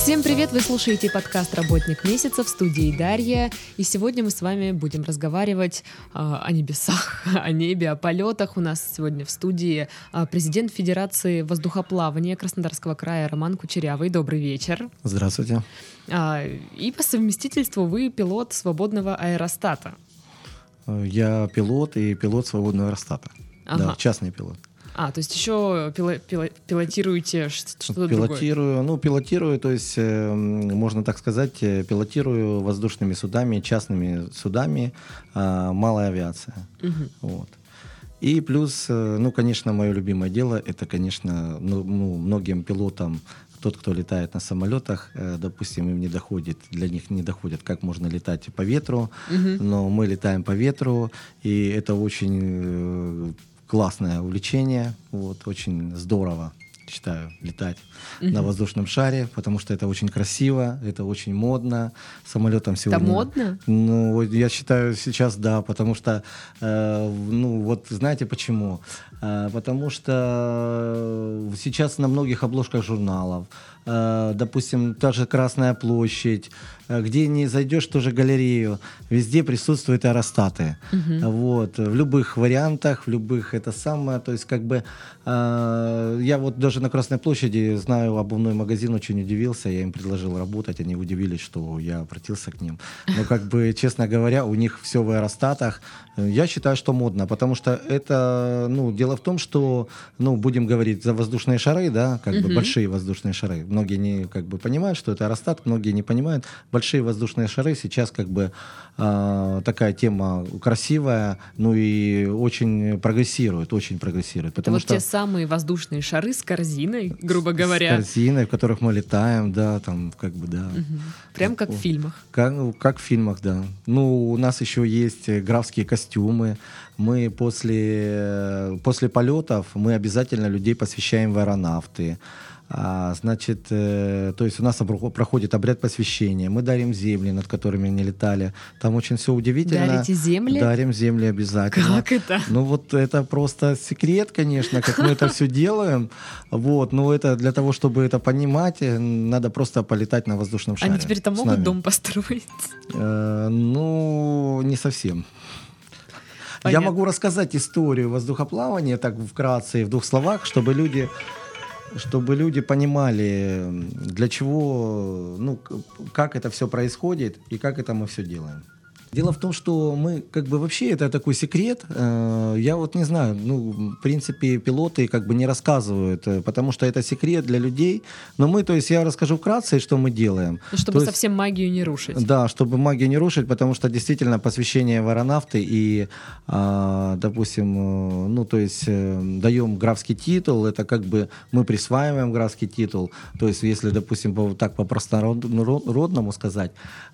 Всем привет! Вы слушаете подкаст «Работник месяца» в студии Дарья. И сегодня мы с вами будем разговаривать о небесах, о небе, о полетах. У нас сегодня в студии президент Федерации воздухоплавания Краснодарского края Роман Кучерявый. Добрый вечер. Здравствуйте. И по совместительству вы пилот свободного аэростата. Я пилот и пилот свободного аэростата. Ага. Да, частный пилот. То есть еще пилотируете что-то другое? Пилотирую, то есть, можно так сказать, пилотирую воздушными судами, частными судами, малая авиация. Угу. Вот. И плюс, конечно, мое любимое дело, это, конечно, многим пилотам, тот, кто летает на самолетах, допустим, им для них не доходит, как можно летать по ветру, но мы летаем по ветру, и это очень классное увлечение, очень здорово, считаю, летать на воздушном шаре, потому что это очень красиво, это очень модно. Самолетом сегодня... Это модно? Я считаю, сейчас да, потому что, знаете почему? Потому что сейчас на многих обложках журналов, допустим, та же Красная площадь, где не зайдешь, тоже галерею, везде присутствуют аэростаты. В любых вариантах, в любых то есть я даже на Красной площади знаю обувной магазин, очень удивился, я им предложил работать, они удивились, что я обратился к ним. Но честно говоря, у них все в аэростатах. Я считаю, что модно, потому что это, дело в том, что, будем говорить за воздушные шары, да, большие воздушные шары. Многие не понимают, что это аэростат, многие не понимают. Большие воздушные шары сейчас такая тема красивая, и очень прогрессирует, Это те самые воздушные шары с корзиной, грубо говоря. С корзиной, в которых мы летаем, да, да. Прям как в фильмах. Как в фильмах, да. У нас еще есть графские костюмы. Мы после полетов мы обязательно людей посвящаем в аэронавты. То есть у нас проходит обряд посвящения. Мы дарим земли, над которыми они летали. Там очень все удивительно. Дарите земли? Дарим земли обязательно. Как это? Это просто секрет, конечно, как мы это все делаем. Но это для того, чтобы это понимать, надо просто полетать на воздушном шаре. Они теперь там могут дом построить? Не совсем. Понятно. Я могу рассказать историю воздухоплавания так вкратце и в двух словах, чтобы люди понимали, для чего, как это все происходит и как это мы все делаем. Дело в том, что мы, вообще это такой секрет, я не знаю, в принципе, пилоты не рассказывают, потому что это секрет для людей, но я расскажу вкратце, что мы делаем. Чтобы совсем магию не рушить. Да, чтобы магию не рушить, потому что действительно посвящение в аэронавты и, допустим, даем графский титул, это мы присваиваем графский титул, то есть если, допустим, так по-простонародному сказать,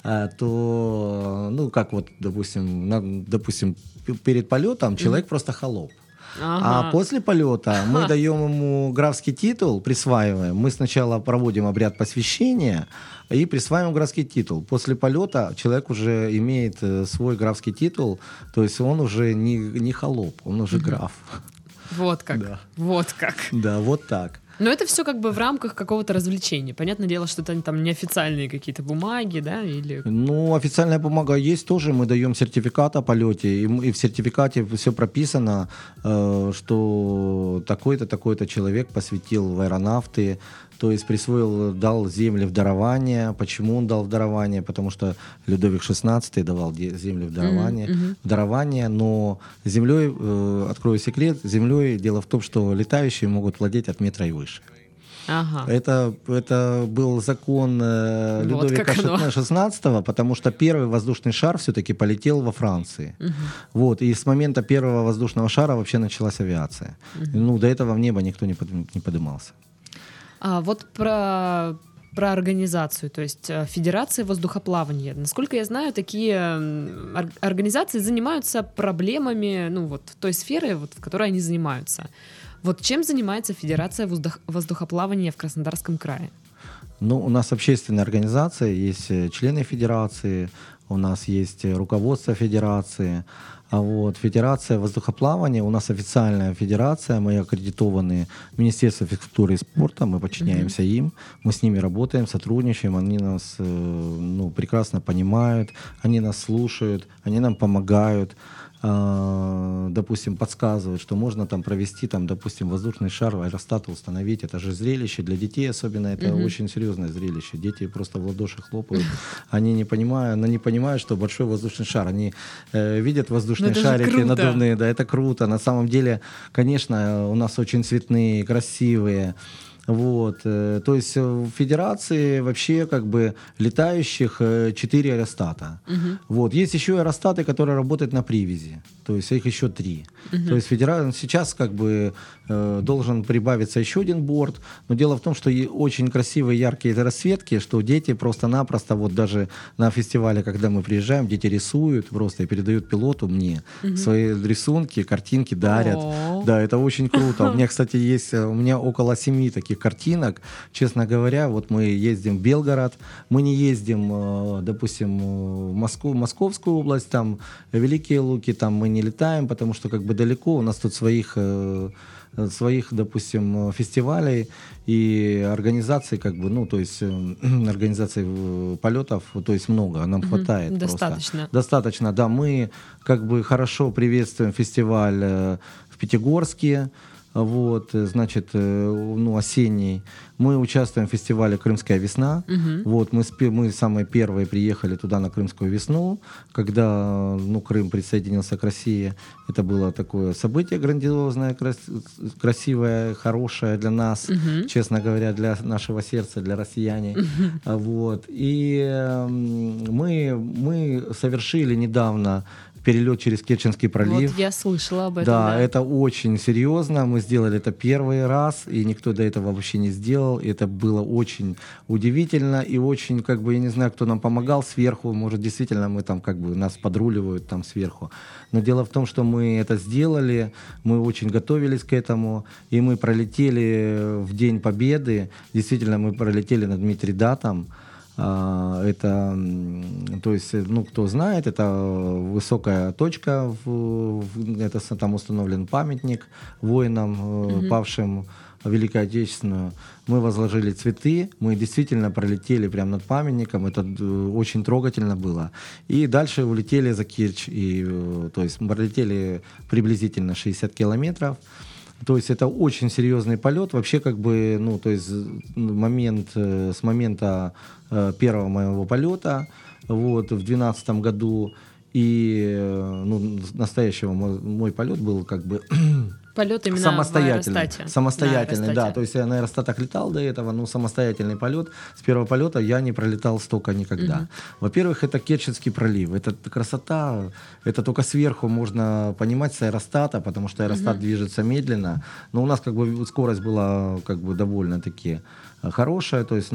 то, допустим, перед полетом человек просто холоп. Ага. А после полета мы даем ему графский титул, присваиваем. Мы сначала проводим обряд посвящения и присваиваем графский титул. После полета человек уже имеет свой графский титул, то есть он уже не холоп, он уже граф. Вот как. Да. Вот как. Да, вот так. Но это все в рамках какого-то развлечения. Понятное дело, что это там неофициальные какие-то бумаги, да? Или... Официальная бумага есть тоже. Мы даем сертификат о полете. И в сертификате все прописано, что такой-то человек посвятил в аэронавты, то есть дал земли в дарование. Почему он дал в дарование? Потому что Людовик XVI давал земли в дарование. Но землей, открою секрет, землей дело в том, что летающие могут владеть от метра и выше. Ага. Это был закон Людовика XVI, потому что первый воздушный шар все-таки полетел во Франции. И с момента первого воздушного шара вообще началась авиация. До этого в небо никто не поднимался. Про организацию, то есть Федерация воздухоплавания. Насколько я знаю, такие организации занимаются проблемами, той сферы, в которой они занимаются. Чем занимается Федерация воздухоплавания в Краснодарском крае? Ну, у нас общественная организация, есть члены федерации, у нас есть руководство федерации. А вот Федерация воздухоплавания, у нас официальная федерация, мы аккредитованы Министерством физкультуры и спорта, мы подчиняемся им, мы с ними работаем, сотрудничаем, они нас прекрасно понимают, они нас слушают, они нам помогают, допустим, подсказывают, что можно там провести, там, допустим, воздушный шар, аэростат установить. Это же зрелище для детей, особенно это очень серьезное зрелище. Дети просто в ладоши хлопают. Они не понимают, что большой воздушный шар. Они видят воздушные шарики надувные, да, это круто. На самом деле, конечно, у нас очень цветные, красивые. Вот, то есть в федерации вообще как бы летающих 4 аэростата. Вот, есть еще аэростаты, которые работают на привязи, то есть их еще 3. То есть сейчас как бы должен прибавиться еще один борт, но дело в том, что очень красивые яркие расцветки, что дети просто-напросто, вот даже на фестивале, когда мы приезжаем, дети рисуют просто и передают пилоту мне свои рисунки, картинки дарят. Да, это очень круто. У меня, кстати, есть, у меня около 7 таких картинок. Честно говоря, вот мы ездим в Белгород, мы не ездим, допустим, в Московскую область, там Великие Луки, там мы не летаем, потому что как бы далеко, у нас тут своих, допустим, фестивалей и организаций, как бы, ну, то есть организаций полетов, то есть много, нам хватает. Достаточно. Просто. Достаточно, да. Мы как бы хорошо приветствуем фестиваль в Пятигорске, вот, значит, ну, осенний. Мы участвуем в фестивале «Крымская весна». Вот, мы самые первые приехали туда на Крымскую весну, когда, ну, Крым присоединился к России. Это было такое событие грандиозное, красивое, хорошее для нас, честно говоря, для нашего сердца, для россияне. Вот. И мы совершили недавно перелет через Керченский пролив. Вот я слышала об этом. Да, это очень серьезно. Мы сделали это первый раз, и никто до этого вообще не сделал. И это было очень удивительно и очень, как бы, я не знаю, кто нам помогал сверху. Может, действительно, мы там, как бы, нас подруливают там сверху. Но дело в том, что мы это сделали, мы очень готовились к этому, и мы пролетели в День Победы. Действительно, мы пролетели над Митридатом. Это, то есть, ну, кто знает, это высокая точка, это там установлен памятник воинам, павшим в Великую Отечественную. Мы возложили цветы, мы действительно пролетели прямо над памятником, это очень трогательно было. И дальше улетели за Керчь, и, то есть мы пролетели приблизительно 60 километров. То есть это очень серьезный полет. Вообще, как бы, ну, то есть с момента первого моего полета, вот, в 2012 году, и, ну, настоящего мой полет был как бы полет именно самостоятельный. Самостоятельный, да. То есть я на аэростатах летал до этого, но самостоятельный полет. С первого полета я не пролетал столько никогда. Во-первых, это Керченский пролив. Это красота. Это только сверху можно понимать с аэростата, потому что аэростат движется медленно. Но у нас как бы скорость была как бы довольно-таки хорошая. То есть,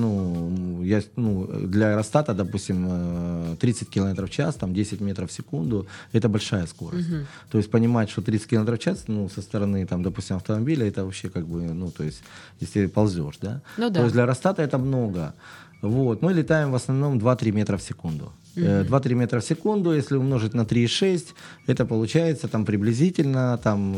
для аэростата, допустим, 30 км в час, там 10 метров в секунду, это большая скорость. То есть понимать, что 30 км в час, ну, со стороны, там, допустим, автомобиля, это вообще как бы, ну, то есть, если ползешь, да? Ну, да. То есть для аэростата это много. Вот. Мы летаем в основном 2-3 метра в секунду. 2-3 метра в секунду, если умножить на 3,6, это получается там приблизительно там,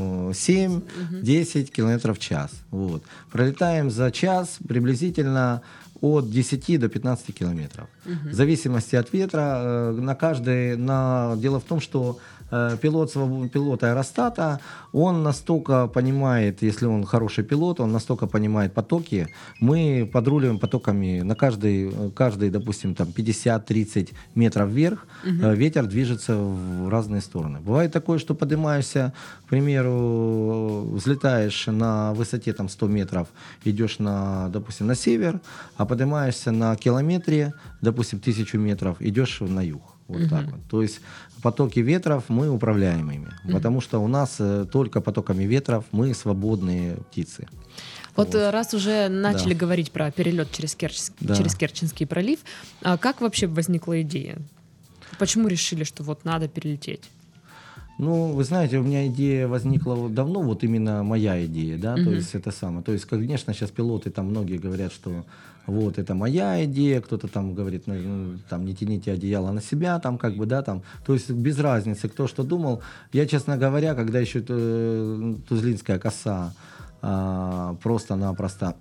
7-10 километров в час. Вот. Пролетаем за час приблизительно от 10 до 15 километров. В зависимости от ветра, дело в том, что пилот аэростата, он настолько понимает, если он хороший пилот, он настолько понимает потоки, мы подруливаем потоками на каждый, допустим, там 50-30 метров вверх, ветер движется в разные стороны. Бывает такое, что поднимаешься, к примеру, взлетаешь на высоте там 100 метров, идешь допустим, на север, а поднимаешься на километре, допустим, 1000 метров, идешь на юг. Вот так вот. То есть потоки ветров мы управляем ими, потому что у нас только потоками ветров мы свободные птицы. Вот раз уже начали говорить про перелет через Керченский пролив, как вообще возникла идея? Почему решили, что вот надо перелететь? Ну, вы знаете, у меня идея возникла вот давно, вот именно моя идея, да, то есть это самое. То есть, конечно, сейчас пилоты, там многие говорят, что вот это моя идея, кто-то там говорит, ну, там не тяните одеяло на себя, там как бы, да, там. То есть без разницы, кто что думал. Я, честно говоря, когда еще Тузлинская коса просто-напросто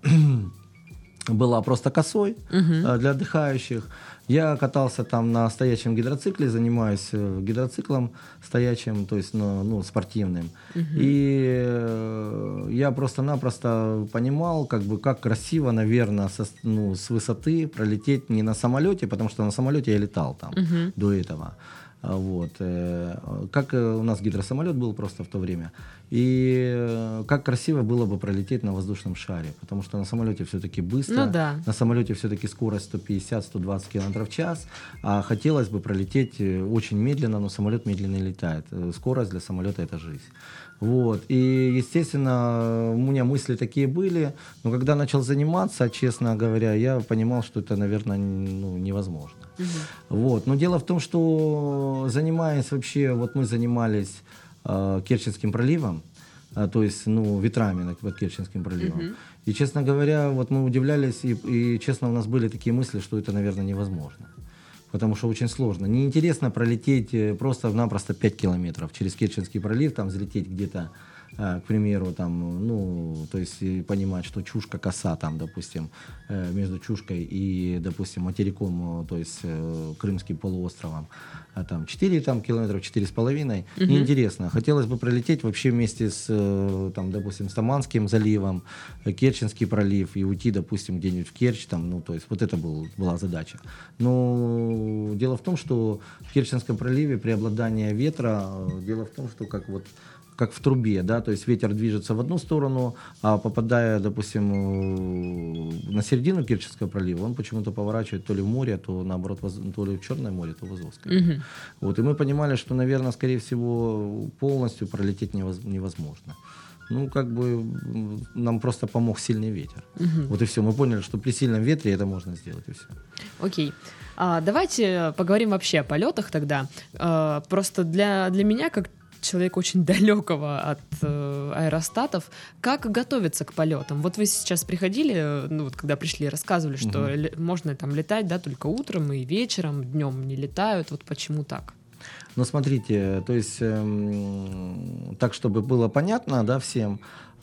была просто косой для отдыхающих. Я катался там на стоячем гидроцикле, занимаюсь гидроциклом стоячим, то есть ну, спортивным. И я просто-напросто понимал, как бы, как красиво, наверное, с высоты пролететь не на самолете, потому что на самолете я летал там до этого. Вот. Как у нас гидросамолет был просто в то время. И как красиво было бы пролететь на воздушном шаре, потому что на самолете все-таки быстро, ну, да. На самолете все-таки скорость 150-120 км в час, а хотелось бы пролететь очень медленно, но самолет медленно летает. Скорость для самолета — это жизнь. Вот. И, естественно, у меня мысли такие были, но когда начал заниматься, честно говоря, я понимал, что это, наверное, невозможно. Вот. Но дело в том, что занимаясь вообще, вот мы занимались Керченским проливом, то есть, ветрами под Керченским проливом. И, честно говоря, вот мы удивлялись, и, честно, у нас были такие мысли, что это, наверное, невозможно. Потому что очень сложно. Неинтересно пролететь просто-напросто 5 километров через Керченский пролив, там взлететь где-то, к примеру, там, то есть понимать, что чушка, коса там, допустим, между чушкой и, допустим, материком, то есть Крымским полуостровом, там 4 километра, 4,5. Неинтересно. Хотелось бы пролететь вообще вместе с, там, допустим, с Таманским заливом, Керченский пролив и уйти, допустим, где-нибудь в Керчь, там, то есть вот это была задача. Но дело в том, что в Керченском проливе преобладание ветра, дело в том, что как в трубе, да, то есть ветер движется в одну сторону, а попадая, допустим, на середину Керченского пролива, он почему-то поворачивает то ли в море, то наоборот, то ли в Черное море, то в Азовское. Вот, и мы понимали, что, наверное, скорее всего, полностью пролететь невозможно. Нам просто помог сильный ветер. Вот и все. Мы поняли, что при сильном ветре это можно сделать, и все. Окей. Давайте поговорим вообще о полетах тогда. Просто для меня, как человек очень далекого от аэростатов, как готовиться к полетам? Вот вы сейчас приходили, когда пришли, рассказывали, что можно там летать, да, только утром и вечером, днем не летают. Вот почему так? Ну, смотрите, то есть, так, чтобы было понятно, да, всем,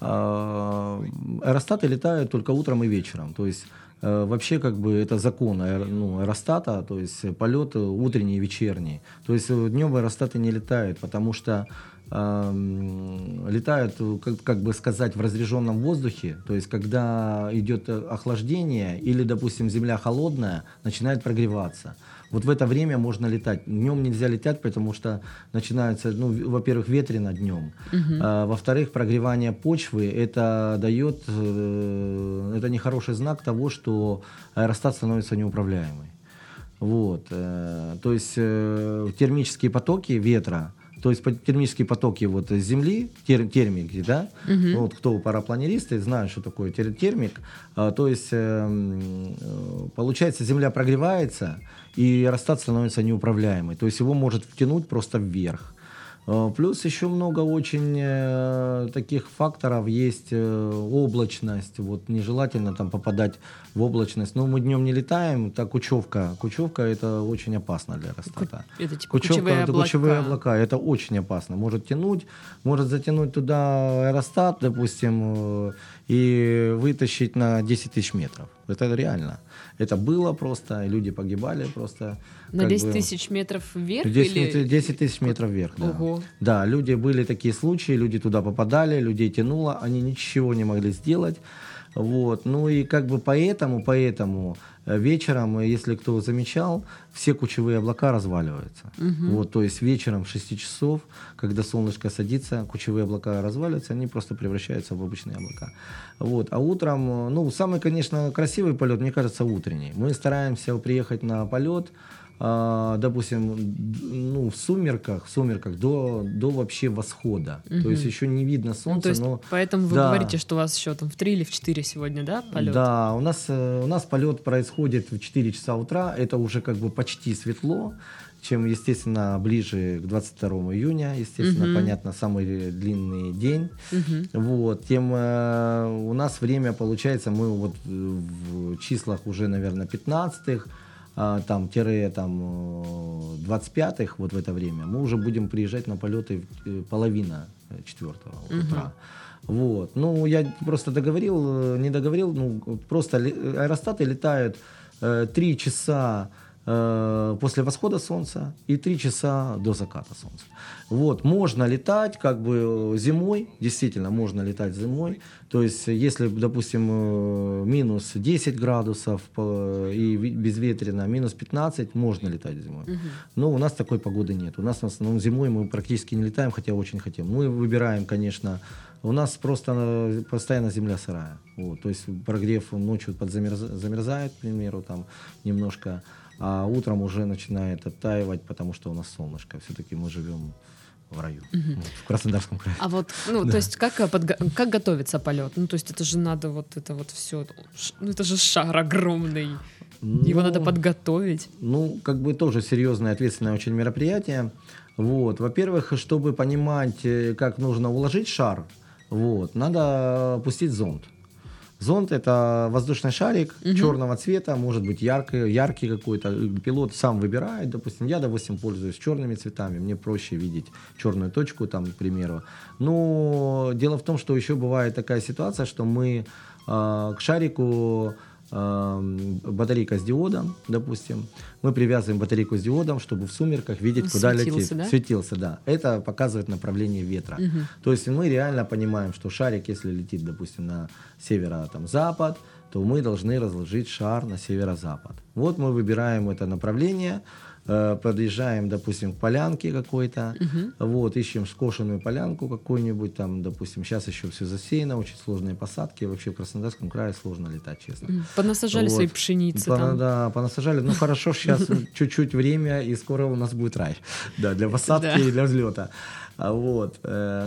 аэростаты летают только утром и вечером. То есть, вообще, как бы, это закон аэростата, то есть полет утренний и вечерний. То есть днем аэростаты не летают, потому что летают, как бы сказать, в разреженном воздухе. То есть когда идет охлаждение или, допустим, земля холодная, начинает прогреваться. Вот в это время можно летать. Днем нельзя летать, потому что начинается, во-первых, ветрено днем. Во-вторых, прогревание почвы, это дает, это нехороший знак того, что аэростат становится неуправляемый. Вот. То есть термические потоки ветра, то есть термические потоки вот Земли, термики, да, вот кто парапланеристы знают, что такое термик, то есть получается, Земля прогревается, и аэростат становится неуправляемый, то есть его может втянуть просто вверх. Плюс еще много очень таких факторов есть, облачность, вот нежелательно там попадать в облачность. Но мы днем не летаем, это кучевка это очень опасно для аэростата. Это типа кучевые облака, это очень опасно. Может затянуть туда аэростат, допустим, и вытащить на 10 тысяч метров. Это реально. Это было просто, и люди погибали просто. На 10 тысяч метров вверх? 10 тысяч метров вверх, да. Ого. Да, люди, были такие случаи, люди туда попадали, людей тянуло, они ничего не могли сделать. Вот. Ну и как бы поэтому вечером, если кто замечал, все кучевые облака разваливаются. Вот, то есть вечером в 6 часов, когда солнышко садится, кучевые облака разваливаются, они просто превращаются в обычные облака. Вот. А утром, самый, конечно, красивый полет, мне кажется, утренний. Мы стараемся приехать на полет, допустим, в сумерках до вообще восхода. То есть еще не видно солнца. То есть поэтому вы говорите, что у вас еще там в 3 или в 4 сегодня, да, полет? Да, у нас полет происходит в 4 часа утра, это уже как бы почти светло. чем, естественно, ближе к 22 июня, естественно, понятно, самый длинный день. Вот, тем у нас время получается, мы вот в числах уже, наверное, 15-х, там, 25-х, вот в это время, мы уже будем приезжать на полеты половина 4 утра. Вот. Ну, я просто не договорил, ну, просто аэростаты летают 3 часа после восхода солнца и 3 часа до заката солнца. Вот, можно летать как бы зимой, действительно можно летать зимой, то есть если, допустим, минус 10 градусов и безветренно, минус 15, можно летать зимой. Но у нас такой погоды нет. У нас в основном зимой мы практически не летаем, хотя очень хотим. Мы выбираем, конечно, у нас просто постоянно земля сырая. Вот, то есть прогрев ночью замерзает, к примеру, там немножко, а утром уже начинает оттаивать, потому что у нас солнышко. Все-таки мы живем в раю, в Краснодарском крае. А вот, ну, да. То есть как готовится полет? Ну, то есть это же надо вот это вот все, ну, это же шар огромный, его надо подготовить. Ну, как бы тоже серьезное, ответственное очень мероприятие. Вот, во-первых, чтобы понимать, как нужно уложить шар, вот, надо пустить зонд. Зонд — это воздушный шарик черного цвета, может быть яркий какой-то. Пилот сам выбирает, допустим, я, пользуюсь черными цветами, мне проще видеть черную точку, там, к примеру. Но дело в том, что еще бывает такая ситуация, что мы к шарику батарейка с диодом, допустим, мы привязываем батарейку с диодом, чтобы в сумерках видеть, куда летит. Да? Светился, да. Это показывает направление ветра. То есть мы реально понимаем, что шарик, если летит, допустим, на северо-запад, то мы должны разложить шар на северо-запад. Вот мы выбираем это направление, подъезжаем, допустим, к полянке какой-то, вот, ищем скошенную полянку какую-нибудь, там, допустим, сейчас еще все засеяно, очень сложные посадки, вообще в Краснодарском крае сложно летать, честно. Понасажали вот. Свои пшеницы там. Да, понасажали, ну хорошо, сейчас чуть-чуть время, и скоро у нас будет рай, да, для посадки и для взлета. Вот,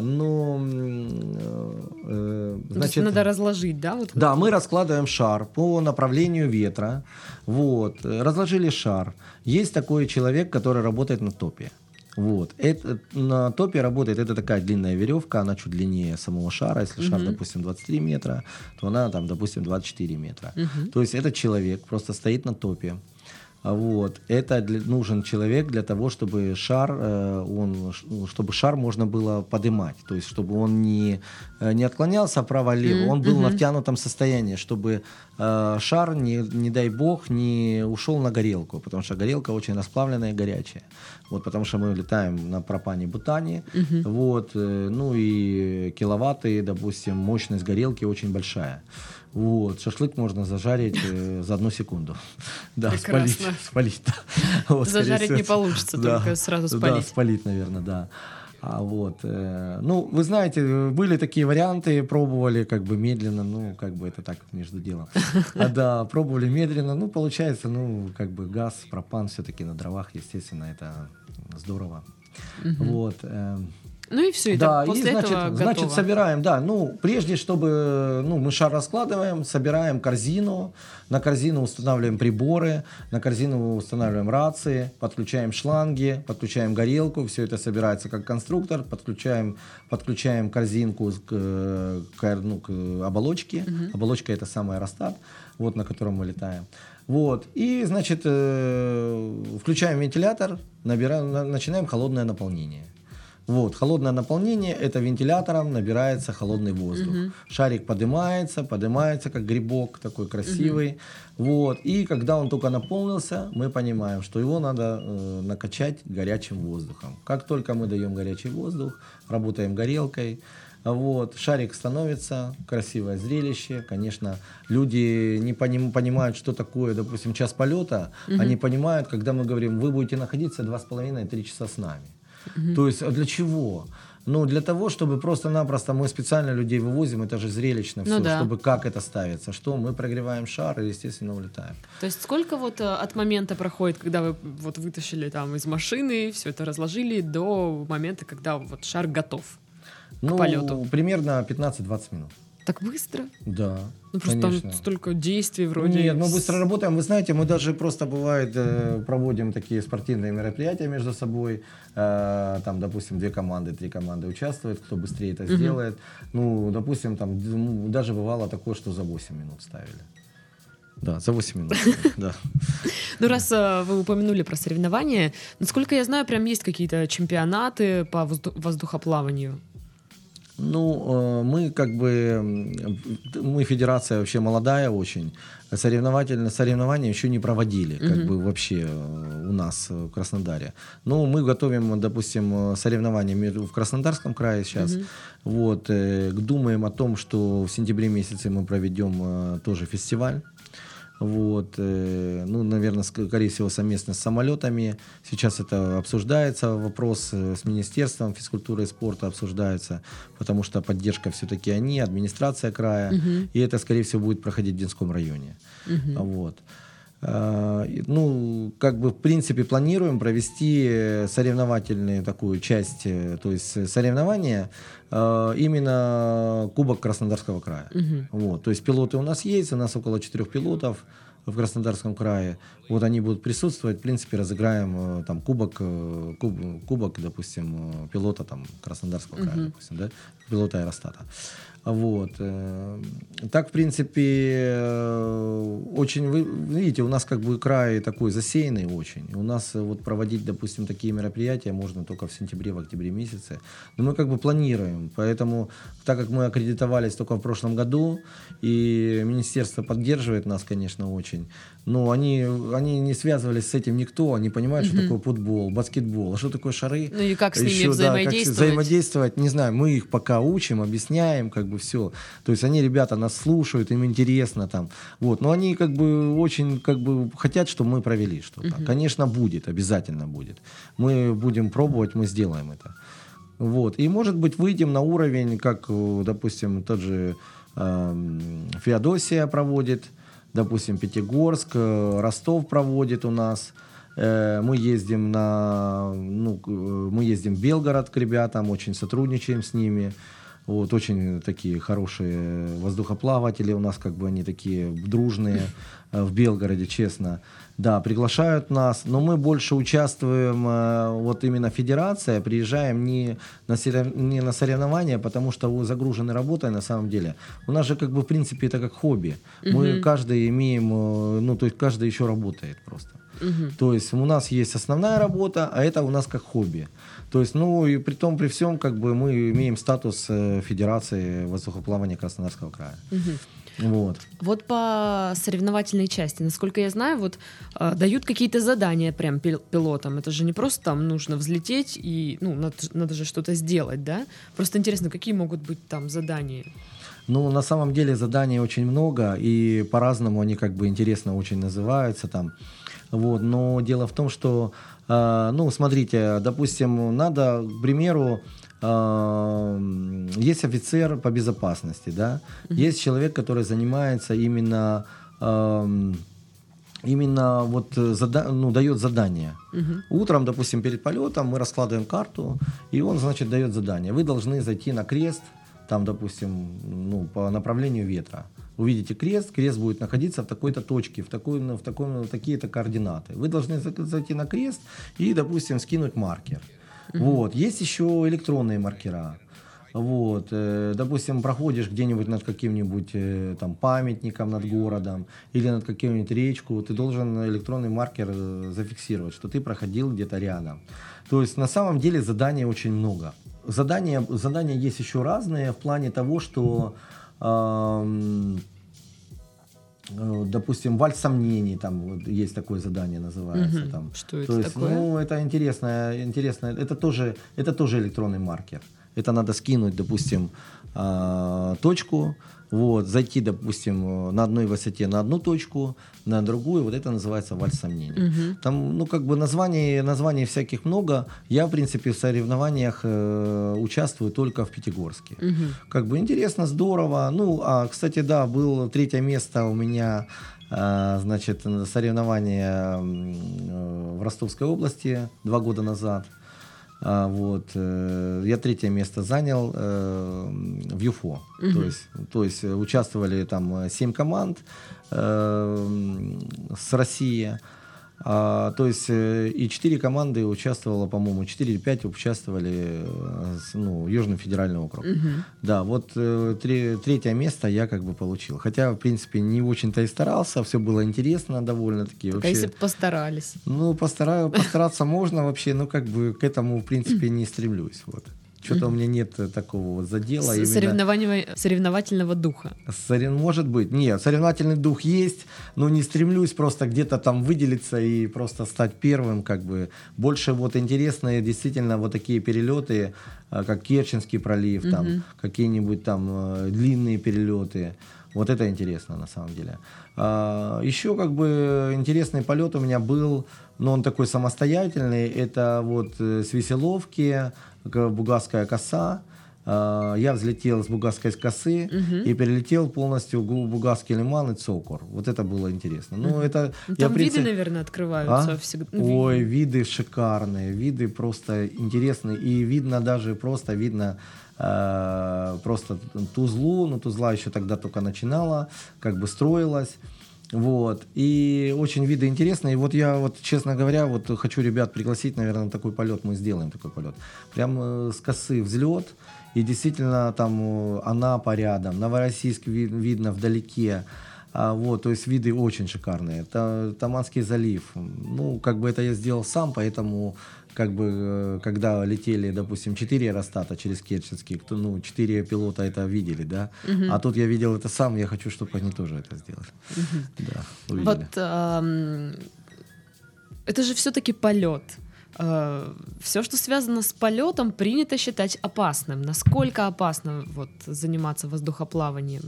значит, надо разложить, да? Вот да, мы раскладываем шар по направлению ветра, вот, разложили шар. Есть такой человек, который работает на топе. Вот. На топе работает, это такая длинная веревка, она чуть длиннее самого шара. Если шар, допустим, 23 метра, то она там, допустим, 24 метра. То есть этот человек просто стоит на топе. Вот. Это нужен человек для того, чтобы шар можно было поднимать, то есть чтобы он не отклонялся вправо-лево, он был на втянутом состоянии, чтобы шар, не дай бог, не ушел на горелку, потому что горелка очень расплавленная и горячая. Вот, потому что мы летаем на пропане-бутане, вот, ну и киловатты, допустим, мощность горелки очень большая. Вот, шашлык можно зажарить за 1 секунду. Да, спалить. Вот, зажарить не получится, да, только сразу спалить. Да, спалить, наверное, да. Ну, вы знаете, были такие варианты, пробовали как бы медленно, ну, как бы это так между делом. Да, пробовали медленно, ну, получается, ну, как бы газ, пропан все-таки на дровах, естественно, это здорово. Вот. Ну и все, да, после этого готово. Значит, собираем, да, ну, прежде чтобы, ну, мы шар раскладываем, собираем корзину, на корзину устанавливаем приборы, на корзину устанавливаем рации, подключаем шланги, подключаем горелку, все это собирается как конструктор, подключаем корзинку к оболочке, оболочка — это самый аэростат, вот, на котором мы летаем. Вот, и, значит, включаем вентилятор, начинаем холодное наполнение. Вот, холодное наполнение — это вентилятором набирается холодный воздух. Шарик поднимается, как грибок такой красивый. Вот, и когда он только наполнился, мы понимаем, что его надо накачать горячим воздухом. Как только мы даем горячий воздух, работаем горелкой, вот, шарик становится, красивое зрелище. Конечно, люди не понимают, что такое, допустим, час полета. Они понимают, когда мы говорим, вы будете находиться 2,5-3 часа с нами. То есть, а для чего? Ну, для того, чтобы просто-напросто мы специально людей вывозим, это же зрелищно все, чтобы как это ставится, что мы прогреваем шар и, естественно, улетаем. То есть сколько вот от момента проходит, когда вы вот вытащили там из машины, все это разложили, до момента, когда вот шар готов к полету? Примерно 15-20 минут. Так быстро? Да, Ну, просто конечно. там столько действий вроде. Нет, мы быстро работаем. Вы знаете, мы даже просто, бывает, проводим такие спортивные мероприятия между собой. Там, допустим, 2 команды, 3 команды участвуют, кто быстрее это сделает. Ну, допустим, там даже бывало такое, что за 8 минут ставили. Да, за 8 минут. Да. Ну, раз вы упомянули про соревнования, насколько я знаю, прям есть какие-то чемпионаты по воздухоплаванию. Ну, мы как бы, мы федерация вообще молодая очень, соревнования еще не проводили, как бы вообще у нас в Краснодаре. Но мы готовим, допустим, соревнования в Краснодарском крае сейчас. Вот, думаем о том, что в сентябре месяце мы проведем тоже фестиваль. Вот, ну, наверное, скорее всего, совместно с самолетами. Сейчас это обсуждается, вопрос с Министерством физкультуры и спорта обсуждается, потому что поддержка все-таки они, администрация края, и это, скорее всего, будет проходить в Динском районе. Вот. Ну, как бы, в принципе, планируем провести соревновательную такую часть, то есть соревнования, именно Кубок Краснодарского края. Вот, то есть пилоты у нас есть, у нас около 4 пилотов в Краснодарском крае. Вот они будут присутствовать, в принципе, разыграем там кубок, допустим, пилота там Краснодарского края, допустим, да, пилота аэростата. Вот. Так, в принципе, очень, вы видите, у нас как бы край такой засеянный очень. У нас вот проводить, допустим, такие мероприятия можно только в сентябре, в октябре месяце. Но мы как бы планируем. Поэтому, так как мы аккредитовались только в прошлом году, и министерство поддерживает нас, конечно, очень, но они не связывались с этим никто, они понимают, что такое футбол, баскетбол, а что такое шары. Ну и как с ними Еще, взаимодействовать? Да, как взаимодействовать, не знаю, мы их пока учим, объясняем, как бы все. То есть они, ребята, нас слушают, им интересно там. Вот. Но они как бы очень как бы хотят, чтобы мы провели что-то. Конечно, будет, обязательно будет. Мы будем пробовать, мы сделаем это. Вот. И, может быть, выйдем на уровень, как, допустим, тот же Феодосия проводит, допустим, Пятигорск, Ростов проводит у нас. Мы ездим мы ездим в Белгород к ребятам, очень сотрудничаем с ними. Вот, очень такие хорошие воздухоплаватели у нас, как бы они такие дружные в Белгороде, честно. Да, приглашают нас, но мы больше участвуем, вот именно федерация, приезжаем не на соревнования, потому что загружены работой на самом деле. У нас же как бы в принципе это как хобби. Мы каждый имеем, ну то есть каждый еще работает просто. То есть у нас есть основная работа, а это у нас как хобби. То есть, ну и при всем, как бы мы имеем статус Федерации воздухоплавания Краснодарского края. Вот по соревновательной части, насколько я знаю, вот дают какие-то задания прям пилотам. Это же не просто там нужно взлететь и, ну, надо же что-то сделать, да? Просто интересно, какие могут быть там задания? Ну, на самом деле заданий очень много, и по-разному они как бы интересно очень называются там. Вот, но дело в том, что, ну, смотрите, допустим, надо, к примеру, есть офицер по безопасности, да, есть человек, который занимается именно вот дает задание. Утром, допустим, перед полетом мы раскладываем карту, и он, значит, дает задание. Вы должны зайти на крест, там, допустим, ну, по направлению ветра. Увидите крест, крест будет находиться в такой-то точке, в такие-то координаты. Вы должны зайти на крест и, допустим, скинуть маркер. Вот. Есть еще электронные маркера. Вот. Допустим, проходишь где-нибудь над каким-нибудь там памятником над городом или над каким-нибудь речку, ты должен электронный маркер зафиксировать, что ты проходил где-то рядом. То есть на самом деле заданий очень много. Задания есть еще разные в плане того, что допустим, вальс сомнений, там вот есть такое задание, называется. Там. Что это такое? Ну, это интересно. Это тоже электронный маркер. Это надо скинуть, допустим, точку, вот, зайти, допустим, на одной высоте на одну точку, на другую, вот это называется вальс сомнений. Там, ну, как бы названий всяких много. Я, в принципе, в соревнованиях участвую только в Пятигорске. Как бы интересно, здорово. Ну, кстати, да, было 3-е место у меня, значит, соревнования в Ростовской области 2 года назад. Я 3 место занял в ЮФО. То есть участвовали там 7 команд с России. То есть и 4 команды участвовало, по-моему, 4 или 5 участвовали, Южный федеральный округ. Да, вот 3 место я как бы получил. Хотя, в принципе, не очень-то и старался, все было интересно довольно-таки. А если бы постарались? Постараться можно вообще, но как бы к этому, в принципе, не стремлюсь. Вот. Что-то у меня нет такого вот задела. Соревновательного духа. Может быть. Нет, соревновательный дух есть, но не стремлюсь просто где-то там выделиться и просто стать первым. Как бы. Больше вот интересные действительно вот такие перелеты, как Керченский пролив, там, какие-нибудь там длинные перелеты. Вот это интересно на самом деле. Еще как бы интересный полет у меня был, но он такой самостоятельный. Это вот с Веселовки, Бугасская коса. Я взлетел с Бугасской косы и перелетел полностью Бугасский лиман и Цокор. Вот это было интересно. Там виды, наверное, открываются всегда. Ой, виды шикарные, виды просто интересные. И видно даже, просто Тузлу, но Тузла еще тогда только начинала, как бы строилась. Вот. И очень виды интересные. И вот я, честно говоря, хочу ребят пригласить, наверное, на такой полет. Мы сделаем такой полет. Прям с косы взлет. И действительно там Анапа рядом, Новороссийск видно вдалеке. То есть виды очень шикарные. Таманский залив. Как бы это я сделал сам, поэтому как бы, когда летели, допустим, 4 аэростата через Керченский, 4 пилота это видели, да? А тут я видел это сам, я хочу, чтобы они тоже это сделали. Да, увидели. Это же все-таки полет. Все, что связано с полетом, принято считать опасным. Насколько опасно заниматься воздухоплаванием?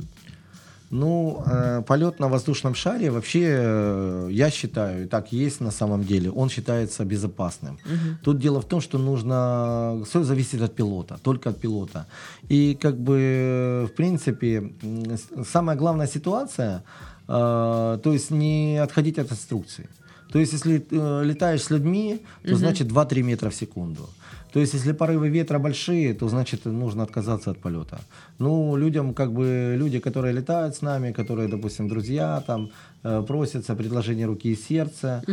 Полет на воздушном шаре вообще, я считаю, и так есть на самом деле, он считается безопасным. Тут дело в том, что все зависит от пилота, только от пилота. И как бы, в принципе, самая главная ситуация, то есть не отходить от инструкций. То есть если летаешь с людьми, то значит 2-3 метра в секунду. То есть, если порывы ветра большие, то, значит, нужно отказаться от полета. Людям, люди, которые летают с нами, которые, допустим, друзья, там, просятся, предложение руки и сердца,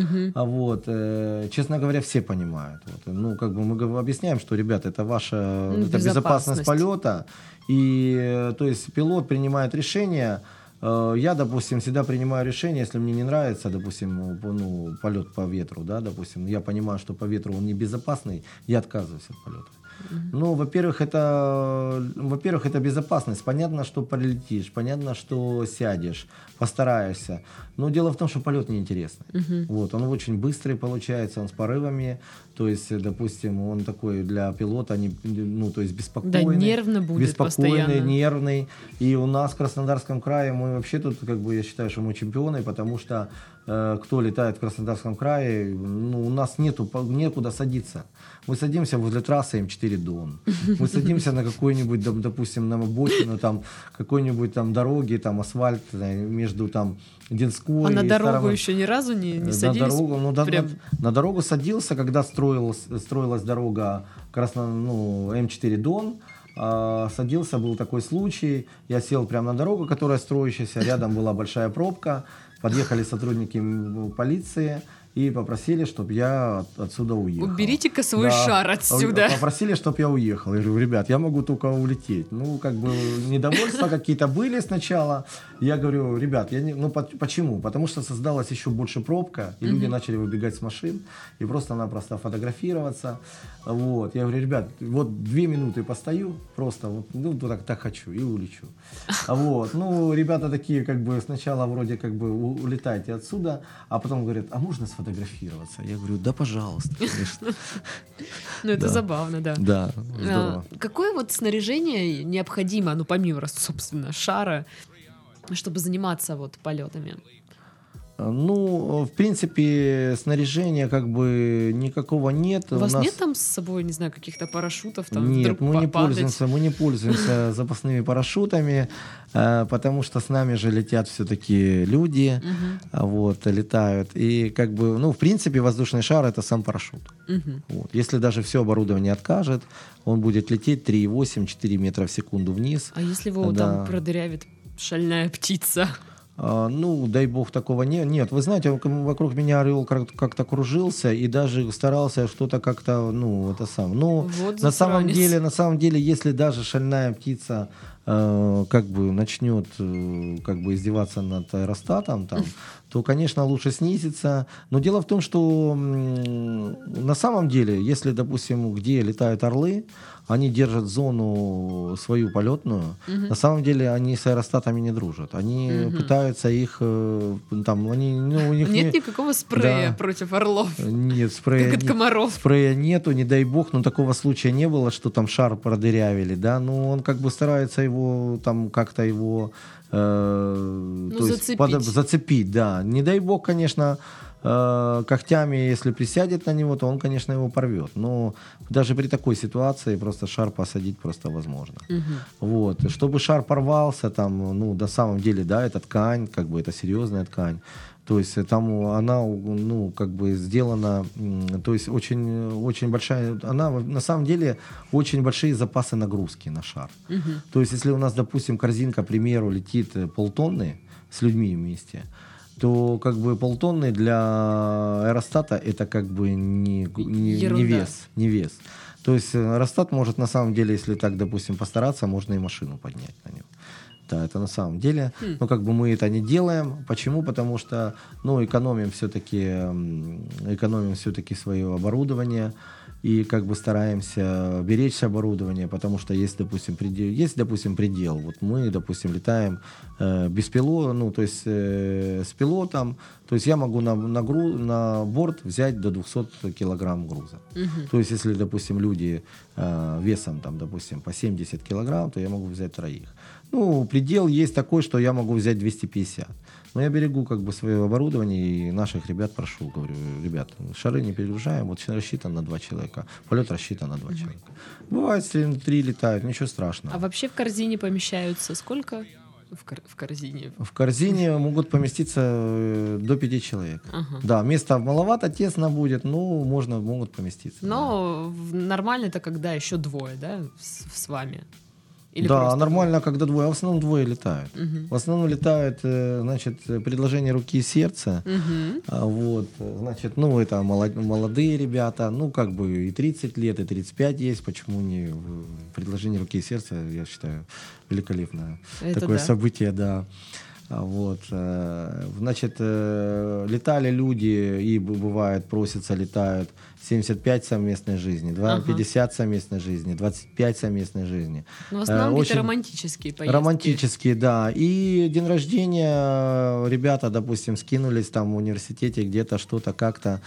честно говоря, все понимают. Мы объясняем, что, ребята, это ваша безопасность полета, и, то есть, пилот принимает решение. Я, допустим, всегда принимаю решение, если мне не нравится, допустим, полет по ветру, да, допустим, я понимаю, что по ветру он небезопасный, я отказываюсь от полета. Во-первых, это безопасность. Понятно, что полетишь, понятно, что сядешь, постараешься. Но дело в том, что полет неинтересный. Он очень быстрый получается, он с порывами. То есть, допустим, он такой для пилота, то есть беспокойный. Да, нервно будет постоянно. Нервный. И у нас в Краснодарском крае, мы вообще тут, я считаю, что мы чемпионы, потому что кто летает в Краснодарском крае, у нас некуда садиться. Мы садимся возле трассы М4 Дон. Мы садимся на какой-нибудь, допустим, на обочину, там, какой-нибудь там дороги, там, асфальт между там Динской. А на дорогу еще ни разу не садились? На дорогу садился, когда строилась дорога М4 Дон. Садился, был такой случай. Я сел прямо на дорогу, которая строящаяся. Рядом была большая пробка. Подъехали сотрудники полиции и попросили, чтобы я отсюда уехал. Уберите-ка свой шар отсюда. Попросили, чтобы я уехал. Я говорю, ребят, я могу только улететь. Недовольства какие-то были сначала. Я говорю, ребят, почему? Потому что создалась еще больше пробка, и люди начали выбегать с машин и просто-напросто фотографироваться. Я говорю, ребят, 2 минуты постою, просто так хочу и улечу. Ребята такие, сначала вроде улетайте отсюда, а потом говорят, а можно сфотографироваться? Я говорю, да, пожалуйста, конечно. Это забавно, да. Да, здорово. Какое снаряжение необходимо, помимо, собственно, шара, чтобы заниматься полетами? Ну, в принципе, снаряжения как бы никакого нет. У вас нет там с собой, не знаю, каких-то парашютов? Там Нет, вдруг мы не пользуемся запасными парашютами, потому что с нами же летят все-таки люди, вот, летают. И как бы, ну, в принципе, воздушный шар — это сам парашют. Вот. Если даже все оборудование откажет, он будет лететь 3,8-4 метра в секунду вниз. А если его там продырявит шальная птица? Ну, дай бог, такого нет. Вы знаете, вокруг меня орел как-то кружился и даже старался что-то как-то, ну, это сам. Но вот на самом деле, если даже шальная птица как бы начнет как бы издеваться над аэростатом, там, то, конечно, лучше снизиться. Но дело в том, что на самом деле, если, допустим, где летают орлы, они держат зону свою полетную, на самом деле они с аэростатами не дружат. Они пытаются их там, у них нет никакого спрея против орлов. Нет, спрея, как от комаров. Спрея нету, не дай бог, но такого случая не было, что там шар продырявили, да, но он как бы старается его там как-то его зацепить, да. Не дай бог, конечно, когтями, если присядет на него, то он, конечно, его порвет. Но даже при такой ситуации просто шар посадить просто возможно. Вот. Чтобы шар порвался, там, ну, на самом деле, да, это ткань, как бы это серьезная ткань. То есть там она, ну, как бы сделана, то есть очень, очень большая, она на самом деле очень большие запасы нагрузки на шар. То есть если у нас, допустим, корзинка, к примеру, летит полтонны с людьми вместе, то как бы полтонны для аэростата это как бы не вес. То есть аэростат может на самом деле, если так, допустим, постараться, можно и машину поднять на нем. Да, это на самом деле. Но как бы мы это не делаем. Почему? Потому что, ну, экономим все-таки свое оборудование и как бы стараемся беречь оборудование, потому что есть, допустим, предел. Вот мы, допустим, летаем без пилота, ну, то есть с пилотом. То есть я могу на борт взять до 200 килограмм груза. То есть если, допустим, люди весом, там, допустим, по 70 килограмм, то я могу взять троих. Ну, предел есть такой, что я могу взять 250. Но я берегу как бы свое оборудование и наших ребят прошу, говорю, ребят, шары не перегружаем, вот рассчитан на 2 человека, полет рассчитан на 2 человека. Бывает, если 3 летают, ничего страшного. А вообще в корзине помещаются сколько? В корзине? В корзине могут поместиться до 5 человек. Да, места маловато, тесно будет, но могут поместиться. Но нормально это когда еще двое, да, с вами? Или да, нормально, когда двое. А в основном двое летают. В основном летают, значит, предложение руки и сердца. Вот, значит, ну, это молодые ребята, ну, как бы и 30 лет, и 35 есть. Почему не предложение руки и сердца, я считаю, великолепное это такое событие, да. Вот, значит, летали люди, и бывает, просятся, летают 75 совместной жизни, 50 совместной жизни, 25 совместной жизни. Ну, в основном это романтические поездки. Романтические, да. И день рождения ребята, допустим, скинулись там в университете где-то что-то как-то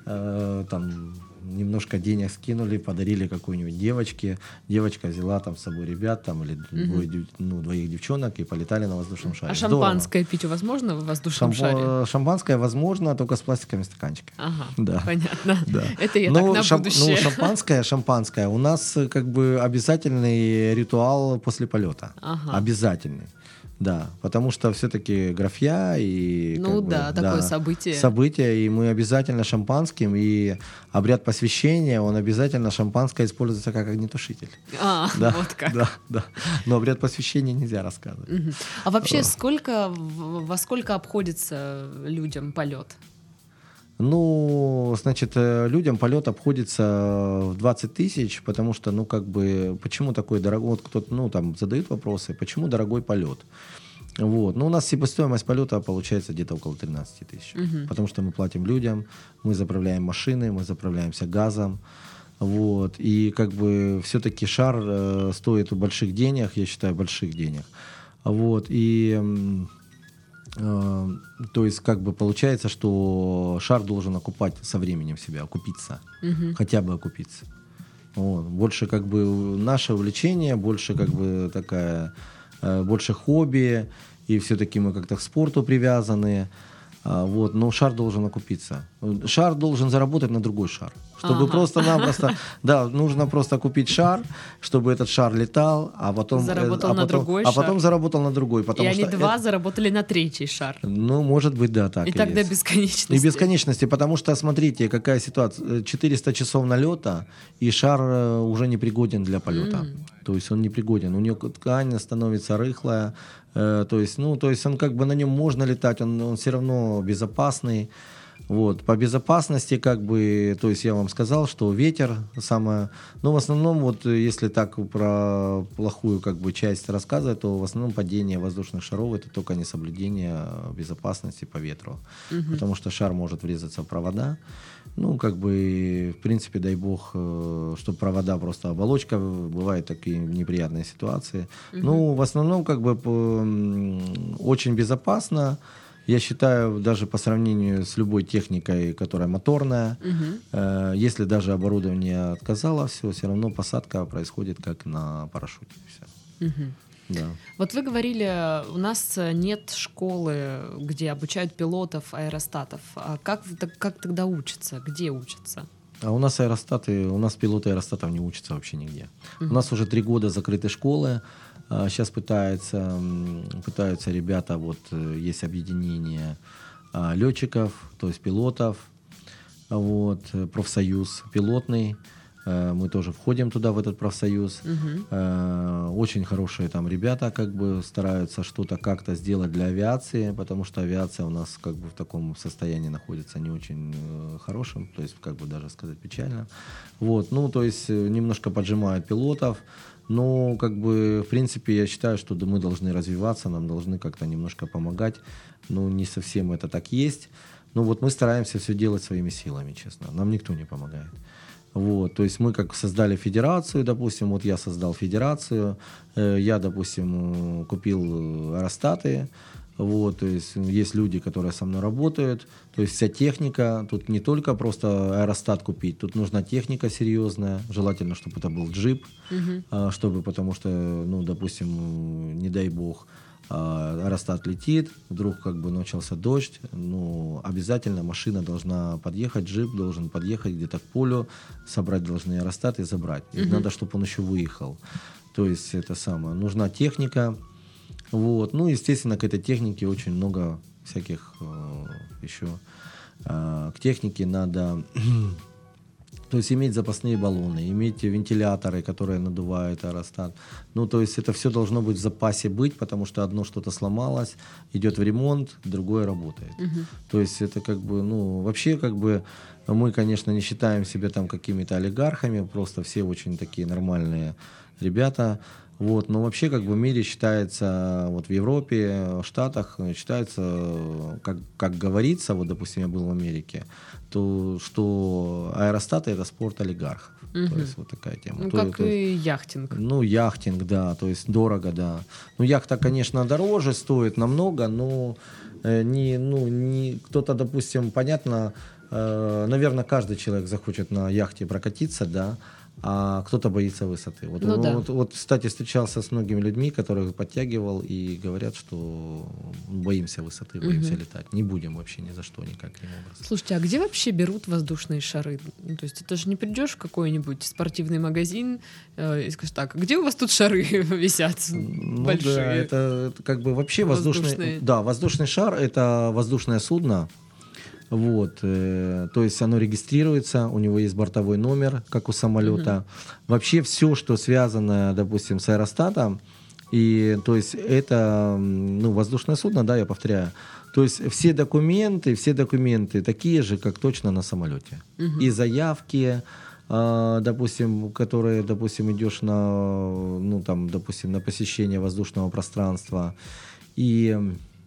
там немножко денег скинули, подарили какой-нибудь девочке. Девочка взяла там с собой ребят там, или двоих девчонок и полетали на воздушном шаре. А шампанское пить у вас можно в воздушном шаре? Шампанское возможно, только с пластиковыми стаканчиками. Ага, да. Понятно. Да. Это я так на будущее. Ну, шампанское. У нас как бы обязательный ритуал после полета. Обязательный. Да, потому что все-таки графья и... Ну да, такое событие. Событие, и мы обязательно шампанским, и обряд посвящения, он обязательно, шампанское используется как огнетушитель. Да, вот как. Да. Но обряд посвящения нельзя рассказывать. А вообще, во сколько обходится людям полет? Ну, значит, людям полет обходится в 20 тысяч, потому что, ну, как бы, почему такой дорогой, вот кто-то, ну, там, задают вопросы, почему дорогой полет? Вот, ну, у нас себестоимость полета получается где-то около 13 тысяч, потому что мы платим людям, мы заправляем машины, мы заправляемся газом, вот, и, как бы, все-таки шар стоит больших денег, я считаю, больших денег, вот, и... То есть, как бы получается, что шар должен окупать со временем себя, окупиться, хотя бы окупиться. Вот. Больше как бы наше увлечение, больше как бы такая, больше хобби, и все-таки мы как-то к спорту привязаны. Вот, но шар должен окупиться. Шар должен заработать на другой шар. Чтобы просто-напросто... Да, нужно просто купить шар, чтобы этот шар летал, а потом... Заработал на другой шар. А потом заработал на другой. И они заработали на третий шар. Ну, может быть, да, так и так до бесконечности. И бесконечности, потому что, смотрите, какая ситуация. 400 часов налета, и шар уже не пригоден для полета. То есть он не пригоден. У него ткань становится рыхлая. То есть он как бы на нем можно летать, он все равно безопасный. Вот. По безопасности, как бы, то есть я вам сказал, что ветер самое... Ну, в основном, вот если так про плохую как бы часть рассказывать, то в основном падение воздушных шаров — это только несоблюдение безопасности по ветру. Потому что шар может врезаться в провода. Ну, как бы, в принципе, дай бог, чтобы провода просто оболочка, бывают такие неприятные ситуации. Ну, в основном, как бы, очень безопасно. Я считаю, даже по сравнению с любой техникой, которая моторная, если даже оборудование отказало, все равно посадка происходит как на парашюте. Все. Да. Вот вы говорили, у нас нет школы, где обучают пилотов, аэростатов. А как тогда учатся? Где учатся? А у нас пилоты аэростатов не учатся вообще нигде. У нас уже 3 года закрыты школы. Сейчас пытаются ребята, вот есть объединение летчиков, то есть пилотов, вот, профсоюз пилотный. Мы тоже входим туда, в этот профсоюз. Очень хорошие там ребята как бы стараются что-то как-то сделать для авиации, потому что авиация у нас как бы в таком состоянии находится не очень хорошем, то есть как бы даже сказать печально. Вот, ну то есть немножко поджимают пилотов, но как бы в принципе я считаю, что мы должны развиваться, нам должны как-то немножко помогать. Ну не совсем это так есть. Но вот мы стараемся все делать своими силами, честно. Нам никто не помогает. Вот, то есть мы как создали федерацию, допустим, вот я создал федерацию, я, допустим, купил аэростаты, вот, то есть люди, которые со мной работают, то есть вся техника, тут не только просто аэростат купить, тут нужна техника серьезная, желательно, чтобы это был джип, чтобы, потому что, ну, допустим, не дай бог, аэростат летит, вдруг как бы начался дождь, ну, обязательно машина должна подъехать, джип должен подъехать где-то к полю, собрать должны аэростат и забрать. И надо, чтобы он еще выехал. То есть это самое. Нужна техника. Вот. Ну, естественно, к этой технике очень много всяких еще. К технике надо... То есть иметь запасные баллоны, иметь вентиляторы, которые надувают аэростат. Ну, то есть это все должно быть в запасе быть, потому что одно что-то сломалось, идет в ремонт, другое работает. То есть это как бы, ну, вообще как бы мы, конечно, не считаем себя там какими-то олигархами, просто все очень такие нормальные ребята. Вот, но вообще как бы в мире считается, вот в Европе, в Штатах считается, как говорится, вот допустим я был в Америке, то что аэростаты — это спорт олигархов. То есть вот такая тема. Ну, как и яхтинг. Ну, яхтинг, да, то есть дорого, да. Ну, яхта, конечно, дороже стоит намного, но не кто-то, допустим, понятно, наверное, каждый человек захочет на яхте прокатиться, да, а кто-то боится высоты. Вот, ну, да. вот, кстати, встречался с многими людьми, которых подтягивал, и говорят, что боимся высоты, боимся летать. Не будем вообще ни за что, никаким образом. Слушайте, а где вообще берут воздушные шары? Ну, то есть это же не придешь в какой-нибудь спортивный магазин и скажешь, так, где у вас тут шары висят большие? Да, это как бы вообще воздушный... Да, воздушный шар — это воздушное судно. Вот, то есть оно регистрируется, у него есть бортовой номер, как у самолета. Вообще все, что связано, допустим, с аэростатом, и то есть это, ну, воздушное судно, да, я повторяю. То есть все документы такие же, как точно на самолете. И заявки, допустим, которые, допустим, идешь на, ну, там, допустим, на посещение воздушного пространства, и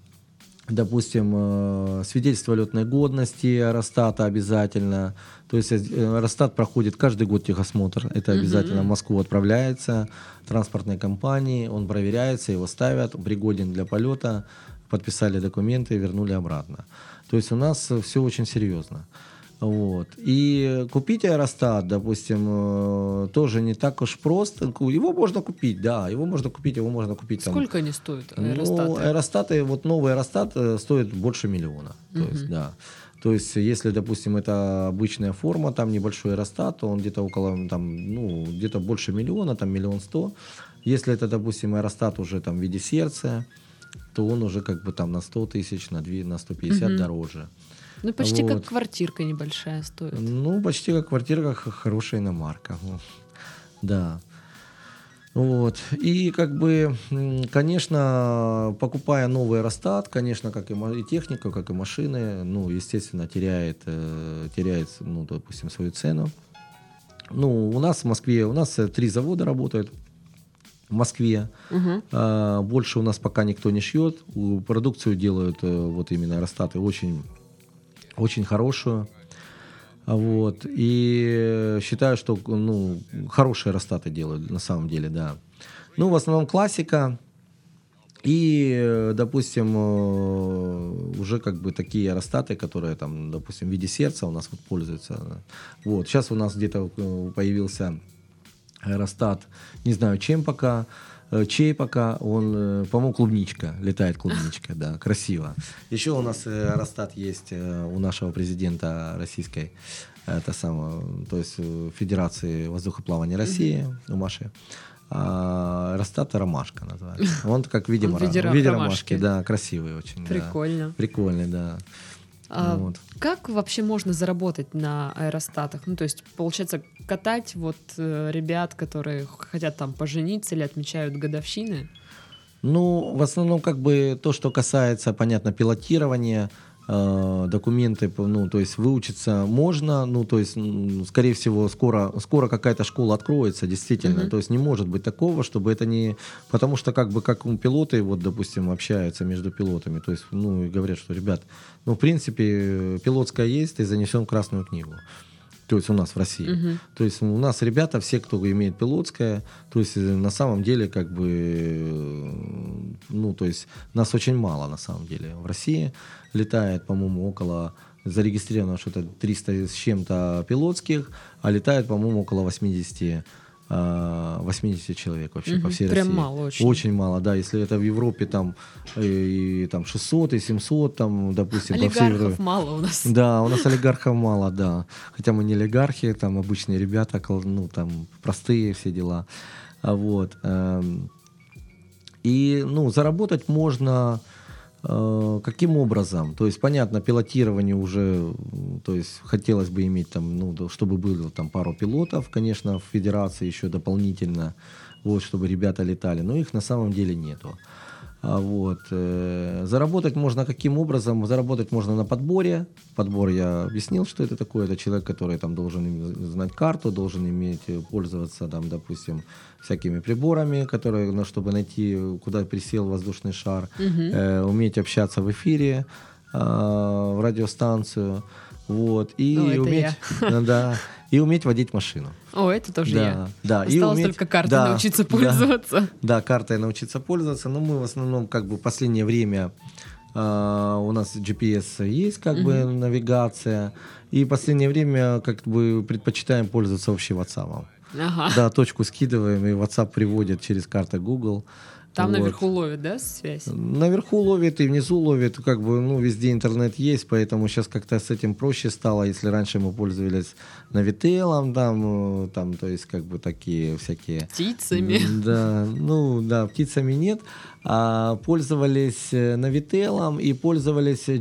допустим, свидетельство летной годности аэростата обязательно. То есть аэростат проходит каждый год техосмотр. Это обязательно в Москву отправляется транспортной компании. Он проверяется, его ставят, пригоден для полета. Подписали документы, вернули обратно. То есть у нас все очень серьезно. Вот. И купить аэростат, допустим, тоже не так уж просто. Его можно купить, да, его можно купить. Сколько они стоят, аэростаты? Ну, аэростаты, вот новый аэростат стоит больше 1 миллиона. То есть, да. То есть, если, допустим, это обычная форма, там небольшой аэростат, то он где-то около, там, ну, где-то больше 1 миллиона, там 1 100 000. Если это, допустим, аэростат уже там в виде сердца, то он уже как бы там на 100 000, на 150 дороже. Ну, почти вот. Как квартирка небольшая стоит. Ну, почти как квартирка, хорошая иномарка. Да. Вот. И как бы, конечно, покупая новый аэростат, конечно, как и техника, как и машины, ну, естественно, теряет, ну, допустим, свою цену. Ну, у нас в Москве, 3 завода работают в Москве. Больше у нас пока никто не шьет. Продукцию делают вот именно аэростаты очень, очень хорошую. Вот. И считаю, что, ну, хорошие аэростаты делают на самом деле, да. Ну, в основном классика. И, допустим, уже как бы такие аэростаты, которые там, допустим, в виде сердца у нас вот пользуются. Вот. Сейчас у нас где-то появился аэростат, не знаю чем пока, чей пока, он, по-моему, клубничка, летает клубничка, да, красиво. Еще у нас аэростат есть у нашего президента российской, то есть Федерации воздухоплавания России, у Маши. Аэростат «Ромашка» называется. Он как в виде ромашки, да, красивый очень. Прикольно. Да. Прикольный, да. Вот. Как вообще можно заработать на аэростатах? Ну, то есть, получается, катать вот ребят, которые хотят там пожениться или отмечают годовщины? Ну, в основном, как бы, то, что касается, понятно, пилотирования, документы, ну, то есть выучиться можно, ну, то есть, скорее всего, скоро какая-то школа откроется, действительно, то есть не может быть такого, чтобы это не... Потому что, как бы, как пилоты, вот, допустим, общаются между пилотами, то есть, ну, и говорят, что, ребят, ну, в принципе, пилотская есть, и занесем в Красную книгу. То есть у нас в России. То есть у нас ребята, все, кто имеет пилотское, то есть на самом деле как бы, ну, то есть нас очень мало на самом деле. В России летает, по-моему, зарегистрировано что-то 300 с чем-то пилотских, а летает, по-моему, около 80 человек вообще по всей Прям России. Мало очень. Очень мало, да. Если это в Европе там, там 600 и 700, там, допустим. Олигархов мало у нас. Да, у нас олигархов мало, да. Хотя мы не олигархи, там обычные ребята, ну, там, простые все дела. Вот. И, ну, заработать можно... Каким образом? То есть, понятно, пилотирование уже, то есть, хотелось бы иметь там, ну, чтобы было там пару пилотов, конечно, в федерации еще дополнительно, вот, чтобы ребята летали, но их на самом деле нету. Вот. Заработать можно каким образом? Заработать можно на подборе. Подбор я объяснил, что это такое. Это человек, который там должен знать карту, должен пользоваться, там, допустим, всякими приборами, которые, чтобы найти, куда присел воздушный шар, уметь общаться в эфире, в радиостанцию. Вот. И уметь, да, и уметь водить машину. О, это тоже я. Да. Осталось только картой научиться пользоваться. Да, картой научиться пользоваться. Но мы в основном как бы в последнее время у нас GPS есть, как бы навигация. И в последнее время как бы предпочитаем пользоваться вообще WhatsApp. Ага. Да, точку скидываем, и WhatsApp приводит через карты Google. Там наверху ловит, да, связь? Наверху ловит и внизу ловит, как бы, ну, везде интернет есть, поэтому сейчас как-то с этим проще стало. Если раньше мы пользовались Navitel, там, то есть, как бы, такие всякие... Птицами. Да, ну, да, птицами нет. А пользовались Navitel и пользовались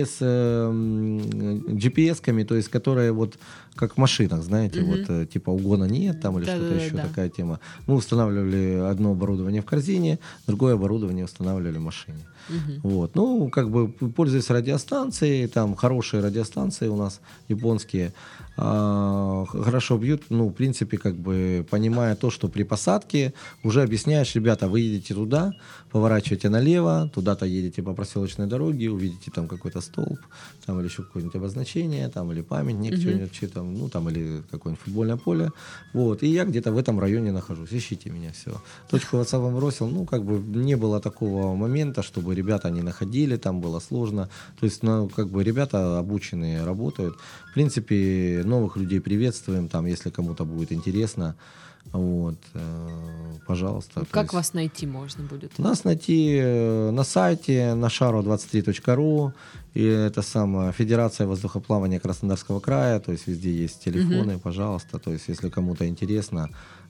GPS-ками, то есть, которые вот как в машинах, знаете, вот типа угона нет там или что-то еще, такая тема. Мы устанавливали одно оборудование в корзине, другое оборудование устанавливали в машине. Вот. Ну, как бы пользуясь радиостанцией, там хорошие радиостанции у нас японские, хорошо бьют, ну, в принципе, как бы понимая то, что при посадке уже объясняешь, ребята, вы едете туда, поворачиваете налево, туда-то едете по проселочной дороге, увидите там какой-то столб, там или еще какое-нибудь обозначение, там или памятник, что-нибудь, что-то. там, ну, там, или какое-нибудь футбольное поле, вот, и я где-то в этом районе нахожусь, ищите меня, все. Точку WhatsApp вам бросил, ну, как бы не было такого момента, чтобы ребята не находили, там было сложно, то есть, ну, как бы ребята обученные работают, в принципе, новых людей приветствуем, там, если кому-то будет интересно, вот, пожалуйста. Как вас найти можно будет? Нас найти на сайте nasharo23.ru, и это самая Федерация воздухоплавания Краснодарского края, то есть везде есть телефоны, пожалуйста, то есть если кому-то интересно,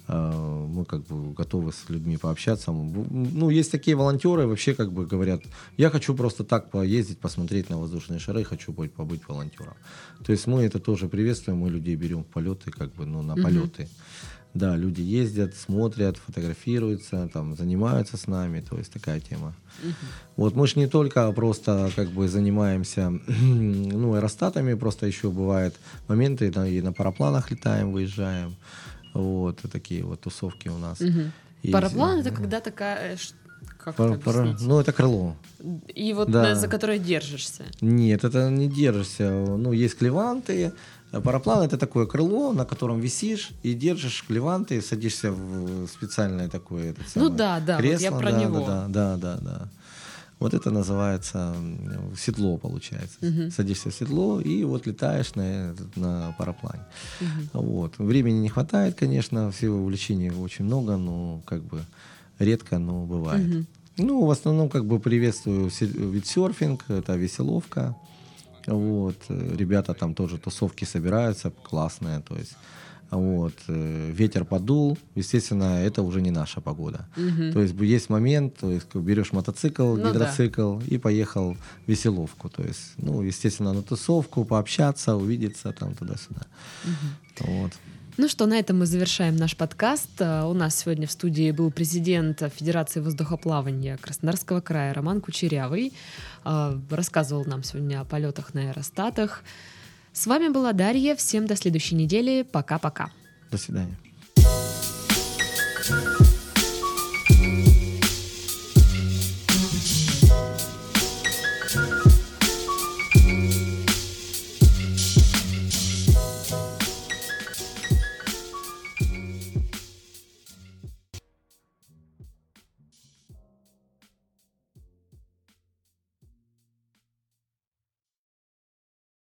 мы как бы готовы с людьми пообщаться. Ну, есть такие волонтеры, вообще как бы говорят, я хочу просто так поездить, посмотреть на воздушные шары, хочу побыть волонтером. То есть мы это тоже приветствуем, мы людей берем в полеты, как бы, ну, на полеты. Да, люди ездят, смотрят, фотографируются, там, занимаются с нами, то есть такая тема. Вот мы ж не только просто как бы занимаемся, ну, аэростатами, просто еще бывают моменты, да, и на парапланах летаем, выезжаем, вот, и такие вот тусовки у нас. Есть. Параплан — это когда такая... Как это объяснить? Ну, это крыло. И вот да. За которое держишься. Нет, это не держишься. Ну, есть клеванты. Параплан — это такое крыло, на котором висишь и держишь клеванты, садишься в специальное такое вот кресло. я про него. Да. Вот это называется седло, получается. Садишься в седло и вот летаешь на параплане. Вот. Времени не хватает, конечно, всего увлечений очень много, но как бы редко, но бывает. Ну, в основном как бы приветствую виндсерфинг, это веселовка. Вот, ребята там тоже тусовки собираются, классные, то есть, вот, ветер подул, естественно, это уже не наша погода. То есть есть момент, то есть берешь мотоцикл, гидроцикл и поехал в веселовку, то есть, ну, естественно, на тусовку, пообщаться, увидеться там туда-сюда. Вот. Ну что, на этом мы завершаем наш подкаст. У нас сегодня в студии был президент Федерации воздухоплавания Краснодарского края Роман Кучерявый. Рассказывал нам сегодня о полетах на аэростатах. С вами была Дарья. Всем до следующей недели. Пока-пока. До свидания.